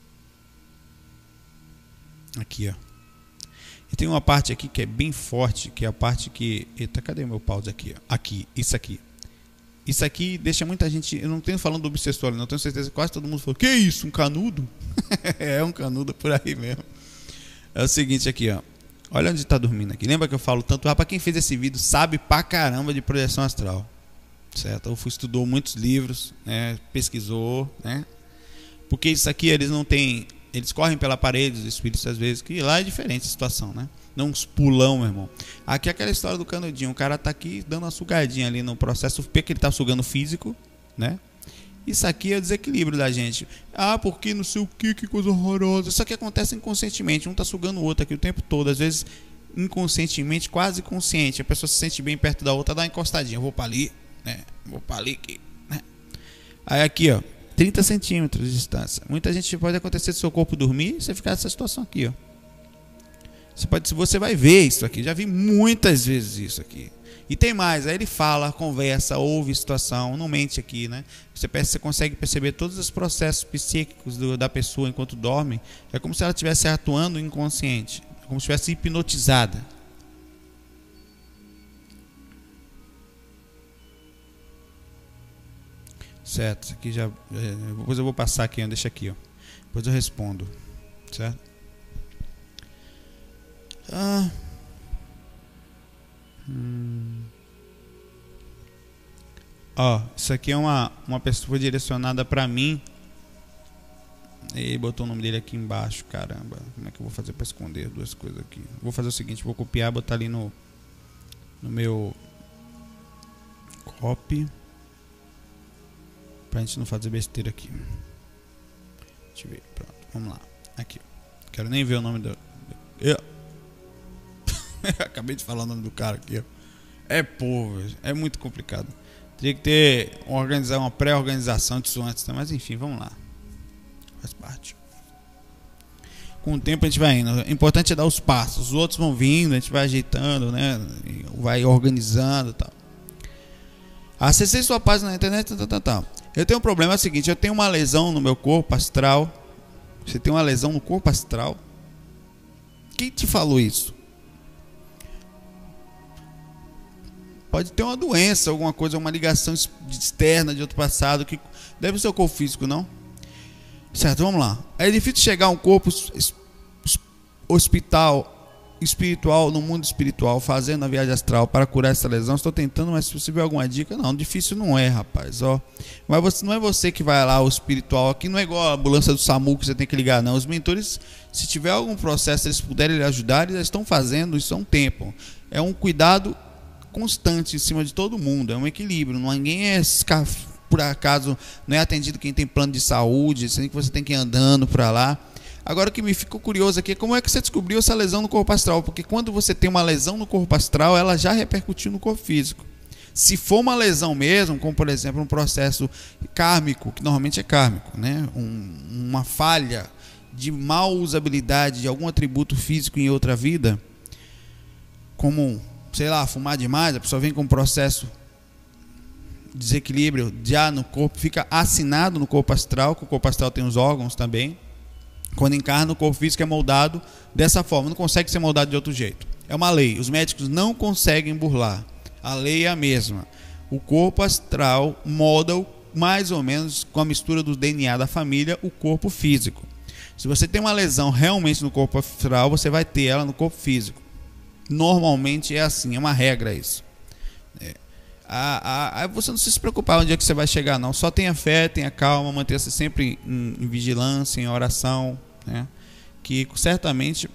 Aqui, ó. E tem uma parte aqui que é bem forte, que é a parte que... Eita, cadê meu pause aqui? Aqui, isso aqui. Isso aqui deixa muita gente... Eu não tenho falando do obsessor, não tenho certeza que quase todo mundo falou: que isso, um canudo? É um canudo por aí mesmo. É o seguinte aqui, ó. Olha onde está dormindo aqui. Lembra que eu falo tanto? Para quem fez esse vídeo, sabe pra caramba de projeção astral. Certo? Ou estudou muitos livros, né? Pesquisou, né? Porque isso aqui eles não têm... Eles correm pela parede, os espíritos às vezes, que lá é diferente a situação, né? Não uns pulão, meu irmão. Aqui é aquela história do canudinho. O cara tá aqui dando uma sugadinha ali no processo, porque ele tá sugando físico, né? Isso aqui é o desequilíbrio da gente. Ah, porque não sei o que coisa horrorosa. Isso aqui acontece inconscientemente. Um tá sugando o outro aqui o tempo todo. Às vezes, inconscientemente, quase consciente. A pessoa se sente bem perto da outra, dá uma encostadinha. Eu vou pra ali, né? Vou pra ali, né? Aí aqui, ó. 30 centímetros de distância. Muita gente pode acontecer do seu corpo dormir e você ficar nessa situação aqui, ó. Você vai ver isso aqui. Já vi muitas vezes isso aqui. E tem mais. Aí ele fala, conversa, ouve situação, não mente aqui, né? Você consegue perceber todos os processos psíquicos da pessoa enquanto dorme. É como se ela estivesse atuando inconsciente. É como se estivesse hipnotizada. Certo, isso aqui já... depois eu vou passar aqui, ó, deixa aqui, ó. Depois eu respondo. Certo? Ó, isso aqui é uma pessoa direcionada pra mim. E botou o nome dele aqui embaixo, caramba. Como é que eu vou fazer pra esconder duas coisas aqui? Vou fazer o seguinte, vou copiar, botar ali no meu copy. Pra gente não fazer besteira aqui. Deixa eu ver, pronto, vamos lá. Aqui, quero nem ver o nome do... Acabei de falar o nome do cara aqui, ó. É povo, é muito complicado. Teria que ter uma pré-organização disso antes, né? Mas enfim, vamos lá. Faz parte. com o tempo a gente vai indo. O importante é dar os passos. Os outros vão vindo, a gente vai ajeitando, né? Vai organizando e tal. Acessei sua página na internet, tal. Eu tenho um problema, é o seguinte, eu tenho uma lesão no meu corpo astral. Você tem uma lesão no corpo astral? Quem te falou isso? Pode ter uma doença, alguma coisa, uma ligação externa de outro passado, que deve ser o corpo físico, não? Certo, vamos lá. É difícil chegar a um corpo hospital espiritual, no mundo espiritual, fazendo a viagem astral para curar essa lesão. Estou tentando, mas se você tiver alguma dica, não, difícil não é, rapaz, ó. Mas não é você que vai lá, o espiritual, aqui não é igual a ambulância do SAMU que você tem que ligar, não. Os mentores, se tiver algum processo, eles puderem lhe ajudar, eles estão fazendo isso há um tempo. É um cuidado constante em cima de todo mundo, é um equilíbrio, ninguém é por acaso, não é atendido quem tem plano de saúde, assim que você tem que ir andando para lá. Agora o que me ficou curioso aqui é como é que você descobriu essa lesão no corpo astral, porque quando você tem uma lesão no corpo astral, ela já repercutiu no corpo físico. Se for uma lesão mesmo, como por exemplo um processo kármico, que normalmente é kármico, né? Uma falha de mal usabilidade de algum atributo físico em outra vida, como, sei lá, fumar demais, a pessoa vem com um processo de desequilíbrio já no corpo, fica assinado no corpo astral, que o corpo astral tem os órgãos também. Quando encarna, o corpo físico é moldado dessa forma, não consegue ser moldado de outro jeito. É uma lei, os médicos não conseguem burlar. A lei é a mesma. O corpo astral molda mais ou menos com a mistura do DNA da família o corpo físico. Se você tem uma lesão realmente no corpo astral, você vai ter ela no corpo físico. Normalmente é assim, é uma regra isso. Você não se preocupar onde é que você vai chegar, não. Só tenha fé, tenha calma, mantenha-se sempre em vigilância, em oração, né? Que certamente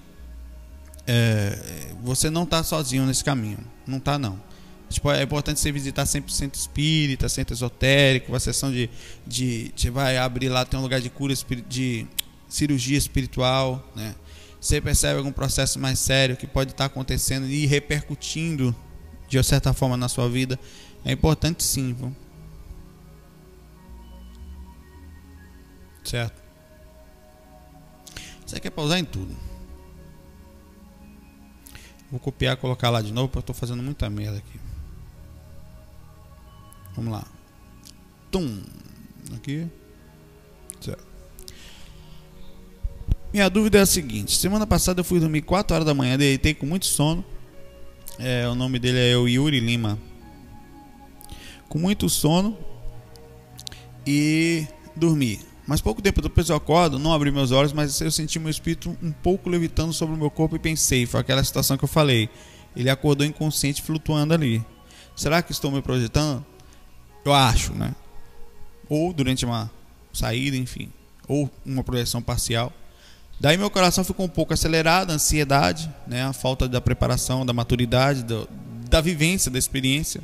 você não está sozinho nesse caminho. Não está, não. Tipo, é importante você visitar sempre centro espírita, centro esotérico, uma sessão você vai abrir lá, tem um lugar de cura, de cirurgia espiritual, né? Você percebe algum processo mais sério que pode estar acontecendo e repercutindo de certa forma na sua vida, é importante sim, viu? Certo? Isso aqui é para usar em tudo. Vou copiar e colocar lá de novo, porque eu estou fazendo muita merda aqui. Vamos lá. Tum. Aqui. Certo. Minha dúvida é a seguinte: semana passada eu fui dormir 4 horas da manhã, deitei com muito sono. O nome dele é Yuri Lima. Com muito sono e dormi. Mas pouco tempo depois eu acordo, não abri meus olhos, mas eu senti meu espírito um pouco levitando sobre o meu corpo e pensei, foi aquela situação que eu falei. Ele acordou inconsciente flutuando ali. Será que estou me projetando? Eu acho, né? Ou durante uma saída, enfim. Ou uma projeção parcial. Daí meu coração ficou um pouco acelerado, a ansiedade, né? A falta da preparação, da maturidade, da vivência, da experiência.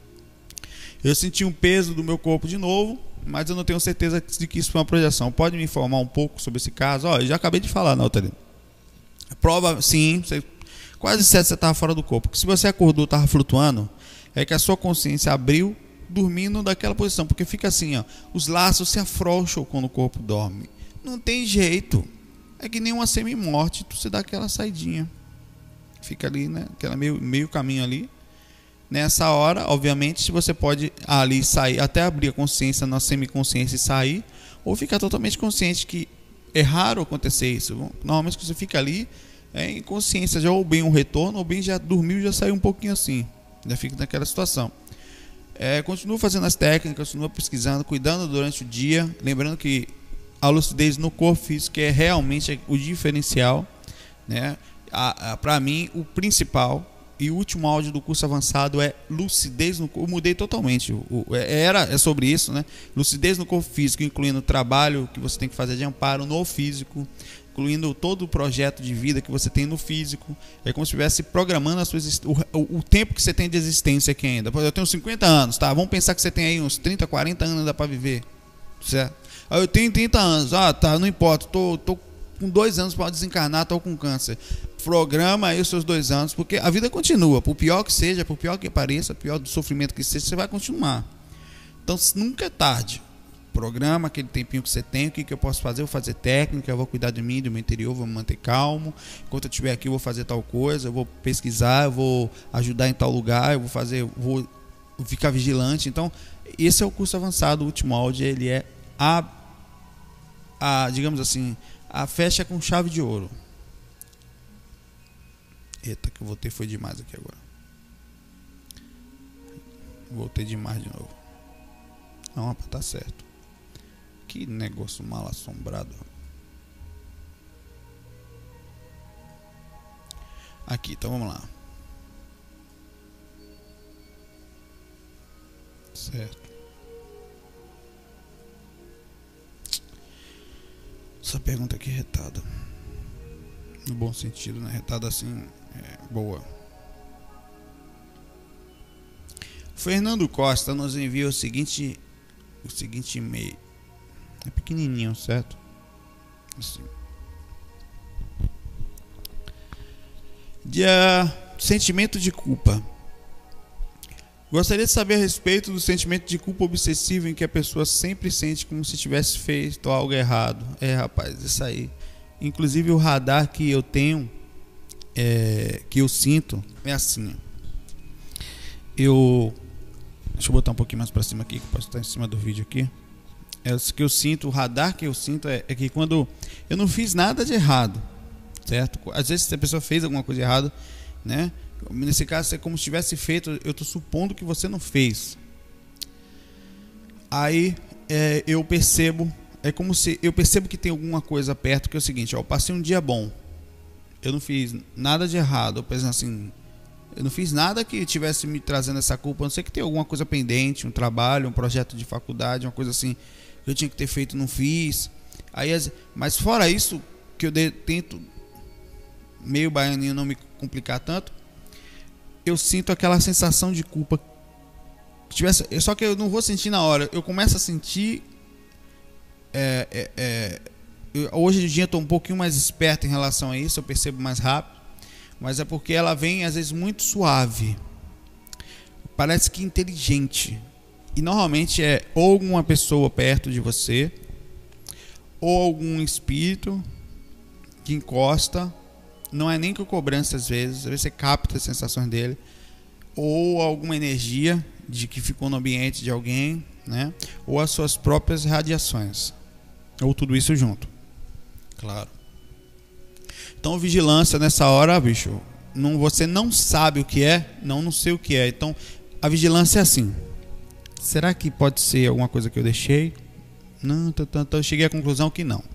Eu senti um peso do meu corpo de novo, mas eu não tenho certeza de que isso foi uma projeção. Pode me informar um pouco sobre esse caso? Eu já acabei de falar, não, Thalina. Prova, sim, quase certo você estava fora do corpo. Porque se você acordou, estava flutuando, é que a sua consciência abriu, dormindo daquela posição. Porque fica assim, ó, os laços se afrouxam quando o corpo dorme. Não tem jeito. É que nem uma semi-morte, você dá aquela saidinha. Fica ali, né? Aquela meio caminho ali. Nessa hora, obviamente, se você pode ali sair, até abrir a consciência na semiconsciência e sair, ou ficar totalmente consciente, que é raro acontecer isso. Normalmente você fica ali em consciência, já ou bem um retorno, ou bem já dormiu e já saiu um pouquinho assim. Já fica naquela situação. Continuo fazendo as técnicas, continuo pesquisando, cuidando durante o dia. Lembrando que a lucidez no corpo físico é realmente o diferencial, né? Para mim, o principal e o último áudio do curso avançado é lucidez no corpo. Eu mudei totalmente. É sobre isso, né? Lucidez no corpo físico, incluindo o trabalho que você tem que fazer de amparo no físico, incluindo todo o projeto de vida que você tem no físico. É como se estivesse programando o tempo que você tem de existência aqui ainda. Eu tenho 50 anos, tá? Vamos pensar que você tem aí uns 30, 40 anos ainda para viver, certo? Eu tenho 30 anos, tá, não importa, tô com 2 anos para desencarnar, tô com câncer. Programa aí os seus 2 anos, porque a vida continua, por pior que seja, por pior que pareça, por pior do sofrimento que seja, você vai continuar. Então nunca é tarde. programa, aquele tempinho que você tem, o que eu posso fazer? Eu vou fazer técnica, eu vou cuidar de mim, do meu interior, vou me manter calmo. Enquanto eu estiver aqui, eu vou fazer tal coisa, eu vou pesquisar, eu vou ajudar em tal lugar, vou ficar vigilante. Então, esse é o curso avançado. O último áudio, ele é digamos assim, a fecha com chave de ouro. Eita, que eu voltei, foi demais aqui agora. Voltei demais de novo. Não, rapaz, tá certo. Que negócio mal assombrado. Aqui, então vamos lá. Certo. Essa pergunta aqui é retada. No bom sentido, né? Retada assim, boa. Fernando Costa nos envia o seguinte e-mail. É pequenininho, certo? Assim. Sentimento de culpa. Gostaria de saber a respeito do sentimento de culpa obsessivo em que a pessoa sempre sente como se tivesse feito algo errado. Rapaz, isso aí. Inclusive o radar que eu tenho, que eu sinto, é assim. Deixa eu botar um pouquinho mais pra cima aqui, que posso estar em cima do vídeo aqui. O que eu sinto, o radar que eu sinto é que quando eu não fiz nada de errado, certo? Às vezes se a pessoa fez alguma coisa errada, né? Nesse caso é como se tivesse feito, eu estou supondo que você não fez. Aí eu percebo, é como se eu percebo que tem alguma coisa perto, que é o seguinte, eu passei um dia bom, eu não fiz nada de errado, eu penso assim, eu não fiz nada que tivesse me trazendo essa culpa, a não ser que tem alguma coisa pendente, um trabalho, um projeto de faculdade, uma coisa assim que eu tinha que ter feito, não fiz. Mas fora isso, que eu tento, meio baianinho, não me complicar tanto, eu sinto aquela sensação de culpa. Só que eu não vou sentir na hora, eu começo a sentir. Hoje em dia eu estou um pouquinho mais esperto em relação a isso, eu percebo mais rápido, mas é porque ela vem às vezes muito suave, parece que inteligente, e normalmente é ou alguma pessoa perto de você, ou algum espírito que encosta. Não é nem com cobrança, às vezes você capta as sensações dele, ou alguma energia de que ficou no ambiente de alguém, né? Ou as suas próprias radiações, ou tudo isso junto, claro. Então vigilância nessa hora, bicho, você não sabe o que é, não sei o que é. Então a vigilância é assim, será que pode ser alguma coisa que eu deixei? Não, eu cheguei à conclusão que não.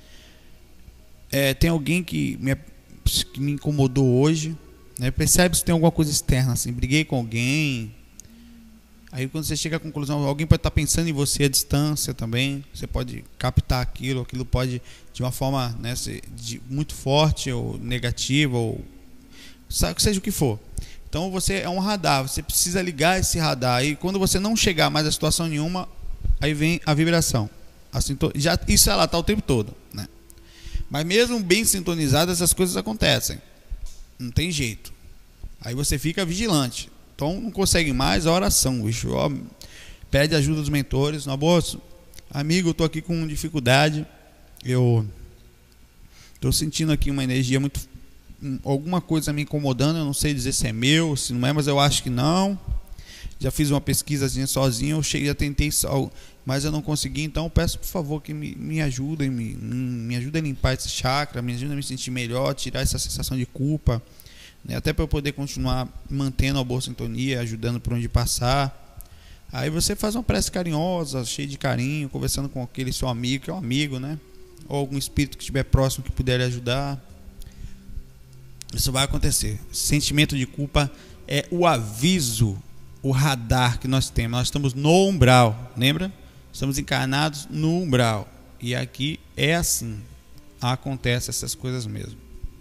Tem alguém que me incomodou hoje, né? Percebe se tem alguma coisa externa, assim, briguei com alguém. Aí quando você chega à conclusão, alguém pode estar pensando em você à distância também, você pode captar aquilo pode de uma forma, né, muito forte ou negativa, ou seja o que for. Então você é um radar, você precisa ligar esse radar, e quando você não chegar mais a situação nenhuma, aí vem a vibração. Assim, isso ela está o tempo todo, né? Mas mesmo bem sintonizado, essas coisas acontecem, não tem jeito. Aí você fica vigilante. Então não consegue mais, a oração, bicho. Pede ajuda dos mentores. Na boa, amigo, eu tô aqui com dificuldade. Eu tô sentindo aqui uma energia muito, alguma coisa me incomodando. Eu não sei dizer se é meu, se não é, mas eu acho que não. Já fiz uma pesquisazinha sozinho, já tentei, mas eu não consegui. Então eu peço, por favor, que me ajudem, me ajudem a limpar esse chakra, me ajudem a me sentir melhor, tirar essa sensação de culpa, né? Até para eu poder continuar mantendo a boa sintonia, ajudando por onde passar. Aí você faz uma prece carinhosa, cheia de carinho, conversando com aquele seu amigo, que é um amigo, né? Ou algum espírito que estiver próximo que puder lhe ajudar. Isso vai acontecer. Sentimento de culpa é o aviso, o radar que nós temos. Nós estamos no umbral, lembra? Estamos encarnados no umbral. E aqui é assim. Acontece essas coisas mesmo.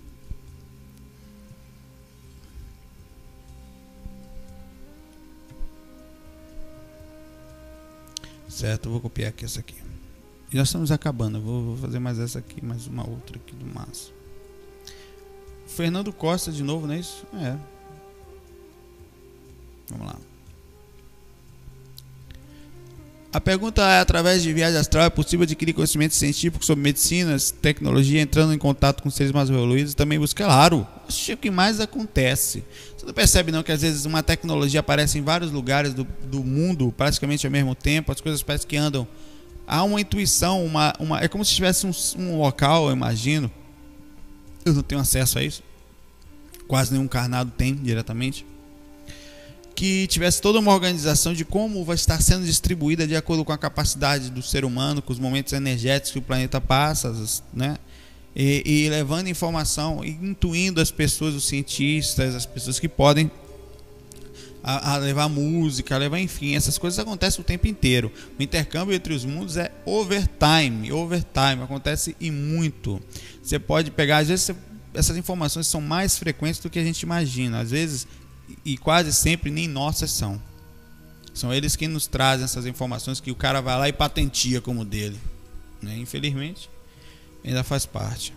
Certo, eu vou copiar aqui essa aqui. E nós estamos acabando. Eu vou fazer mais essa aqui, mais uma outra aqui do Márcio. Fernando Costa de novo, não é isso? É. Vamos lá. A pergunta é: através de viagem astral é possível adquirir conhecimentos científicos sobre medicinas, tecnologia, entrando em contato com seres mais evoluídos e também buscar? Claro, isso é o que mais acontece. Você não percebe não que às vezes uma tecnologia aparece em vários lugares do mundo praticamente ao mesmo tempo, as coisas parecem que andam. Há uma intuição, é como se tivesse um local, eu imagino. Eu não tenho acesso a isso. Quase nenhum encarnado tem diretamente. Que tivesse toda uma organização de como vai estar sendo distribuída de acordo com a capacidade do ser humano, com os momentos energéticos que o planeta passa, né? E levando informação, e intuindo as pessoas, os cientistas, as pessoas que podem a levar música, a levar, enfim, essas coisas acontecem o tempo inteiro. O intercâmbio entre os mundos é overtime, acontece e muito. Você pode pegar, às vezes essas informações são mais frequentes do que a gente imagina, às vezes, e quase sempre nem nossas são. São eles que nos trazem essas informações que o cara vai lá e patentia como dele, né? Infelizmente ainda faz parte.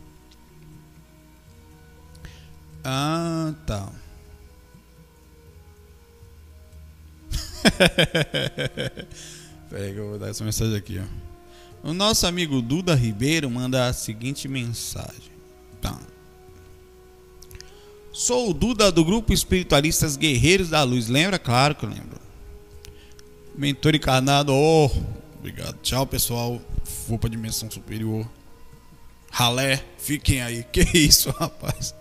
Tá. Peraí que eu vou dar essa mensagem aqui, ó. O nosso amigo Duda Ribeiro manda a seguinte mensagem. Tá. Sou o Duda do grupo Espiritualistas Guerreiros da Luz. Lembra? Claro que eu lembro. Mentor encarnado. Obrigado. Tchau, pessoal. Vou pra dimensão superior. Ralé. Fiquem aí. Que isso, rapaz?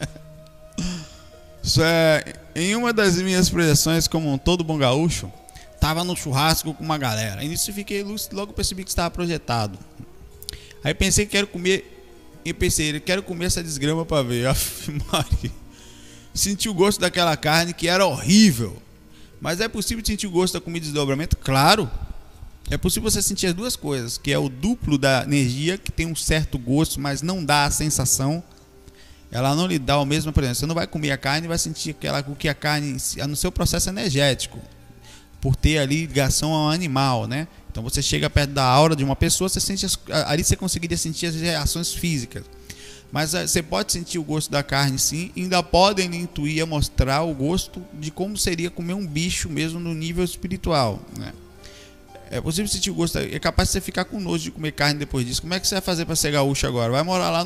Isso é... Em uma das minhas projeções, como todo bom gaúcho, tava no churrasco com uma galera. Início fiquei lúcido, logo percebi que estava projetado. Aí pensei que quero comer. E pensei, quero comer essa desgrama pra ver. Senti o gosto daquela carne que era horrível. Mas é possível sentir o gosto da comida de desdobramento? Claro. É possível você sentir as duas coisas, que é o duplo da energia, que tem um certo gosto, mas não dá a sensação. Ela não lhe dá o mesmo, por exemplo, você não vai comer a carne e vai sentir o que a carne no seu processo energético, por ter ali ligação ao animal, né? Então você chega perto da aura de uma pessoa, você sente ali você conseguiria sentir as reações físicas. Mas você pode sentir o gosto da carne, sim, e ainda podem lhe intuir a mostrar o gosto de como seria comer um bicho mesmo no nível espiritual, né? É possível sentir o gosto, é capaz de você ficar com nojo de comer carne depois disso. Como é que você vai fazer para ser gaúcho agora? Vai morar lá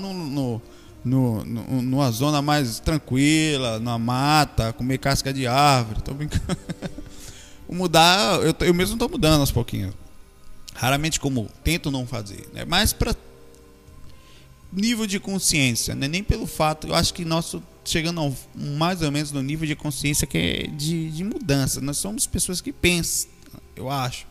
numa zona mais tranquila, na mata, comer casca de árvore. Tô brincando. Mudar, eu mesmo estou mudando aos pouquinhos. Raramente como tento não fazer, né? Mas para nível de consciência, né? Nem pelo fato, eu acho que nós chegando mais ou menos no nível de consciência que é de mudança. Nós somos pessoas que pensam, eu acho.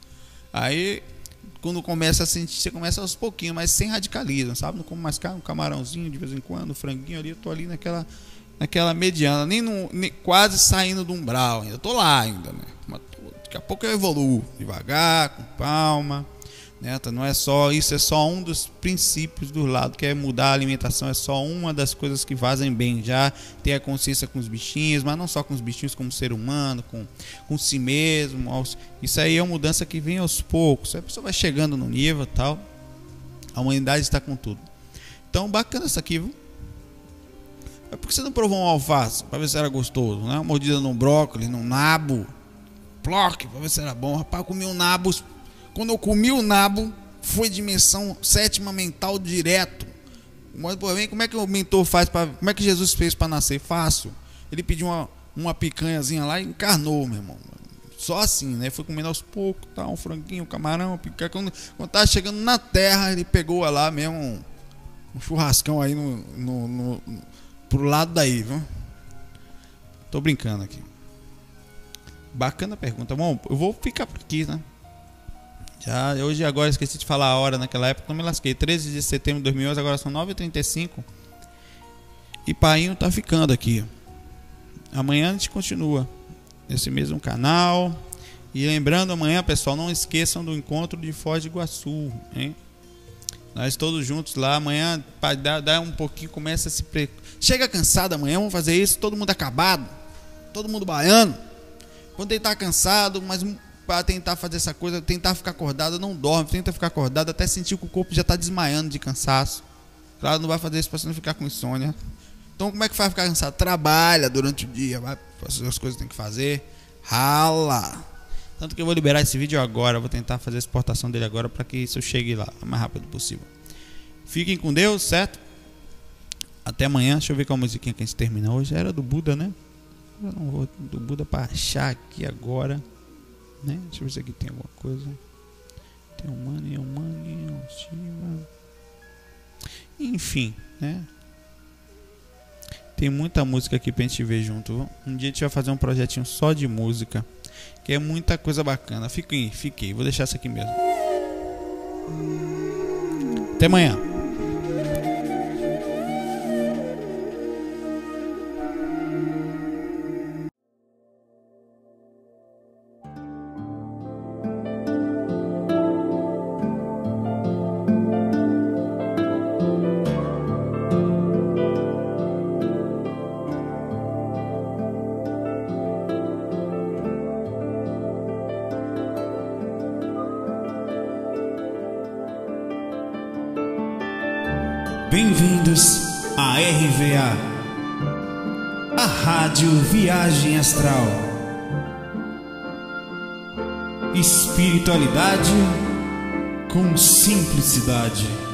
Aí quando começa a sentir, você começa aos pouquinhos, mas sem radicalismo, sabe? Não como mais carne, um camarãozinho de vez em quando, um franguinho ali, eu tô ali naquela mediana, nem quase saindo do umbral, ainda tô lá ainda, né? Mas daqui a pouco eu evoluo devagar, com calma, né? Não é só isso, é só um dos princípios do lado, que é mudar a alimentação, é só uma das coisas que fazem bem, já ter a consciência com os bichinhos, mas não só com os bichinhos, como ser humano, com si mesmo. Isso aí é uma mudança que vem aos poucos, a pessoa vai chegando no nível e tal, a humanidade está com tudo. Então bacana isso aqui, viu? Por que você não provou um alface para ver se era gostoso, né? Uma mordida num brócolis, num nabo, ploque, para ver se era bom. Rapaz, eu comi um nabo. Quando eu comi o nabo, foi dimensão sétima mental direto. Mas, porém, como é que o mentor faz como é que Jesus fez para nascer? Fácil. Ele pediu uma picanhazinha lá e encarnou, meu irmão. Só assim, né? Foi comendo aos poucos, tá? Um franguinho, um camarão, uma picanha. Quando tava chegando na terra, ele pegou lá mesmo um churrascão aí pro lado daí, viu? Tô brincando aqui. Bacana a pergunta. Bom, eu vou ficar por aqui, né? Hoje agora esqueci de falar a hora naquela época, não me lasquei. 13 de setembro de 2011, agora são 9h35. E Painho tá ficando aqui. Amanhã a gente continua nesse mesmo canal. E lembrando, amanhã, pessoal, não esqueçam do encontro de Foz do Iguaçu, hein? Nós todos juntos lá. Amanhã, dá um pouquinho, começa a se... Chega cansado amanhã, vamos fazer isso, todo mundo acabado, todo mundo baiano. Quando ele tá cansado, mas... para tentar fazer essa coisa, tentar ficar acordado, não dorme, tenta ficar acordado até sentir que o corpo já está desmaiando de cansaço. Claro, não vai fazer isso para você não ficar com insônia. Então como é que vai ficar cansado? Trabalha durante o dia, vai fazer as coisas que tem que fazer, rala, Tanto que eu vou liberar esse vídeo agora. Vou tentar fazer a exportação dele agora para que isso chegue lá o mais rápido possível. Fiquem com Deus, certo? Até amanhã. Deixa eu ver qual musiquinha que a gente termina hoje. Era do Buda, né? Eu não vou do Buda para achar aqui agora, né? Deixa eu ver se aqui tem alguma coisa. Tem um Mani, um Shiva. Enfim, né? Tem muita música aqui pra gente ver junto. Um dia a gente vai fazer um projetinho só de música, que é muita coisa bacana. Fiquei. Vou deixar isso aqui mesmo. Até amanhã. Bem-vindos à RVA, a Rádio Viagem Astral. Espiritualidade com simplicidade.